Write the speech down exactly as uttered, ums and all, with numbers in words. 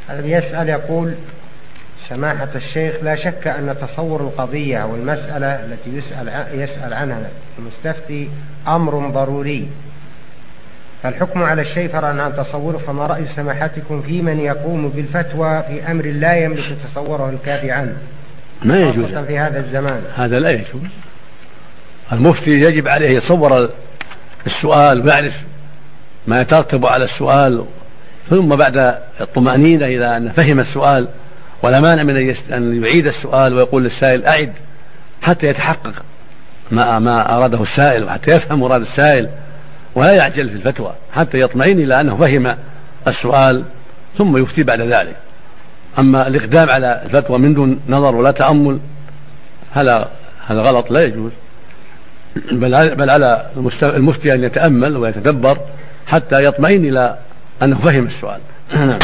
هذا يسأل يقول: سماحة الشيخ، لا شك أن تصور القضية أو المسألة التي يسأل, يسأل عنها المستفتي أمر ضروري، فالحكم على الشيء فرعا عن تصوره، فما رأي سماحتكم في من يقوم بالفتوى في أمر لا يملك تصوره الكافي عنه؟ ما يجوز في هذا الزمان. هذا لا يجوز. المفتي يجب عليه يصور السؤال ويعرف ما يترتب على السؤال، ثم بعد الطمأنينة إلى أن فهم السؤال، ولا مانع من أن يعيد السؤال ويقول للسائل أعد حتى يتحقق ما, ما أراده السائل وحتى يفهم مراد السائل، ولا يعجل في الفتوى حتى يطمئن إلى أنه فهم السؤال ثم يفتي بعد ذلك. أما الإقدام على الفتوى من دون نظر ولا تأمل هذا هذا غلط لا يجوز، بل على المفتي أن يتأمل ويتدبر حتى يطمئن إلى أنه فهم السؤال.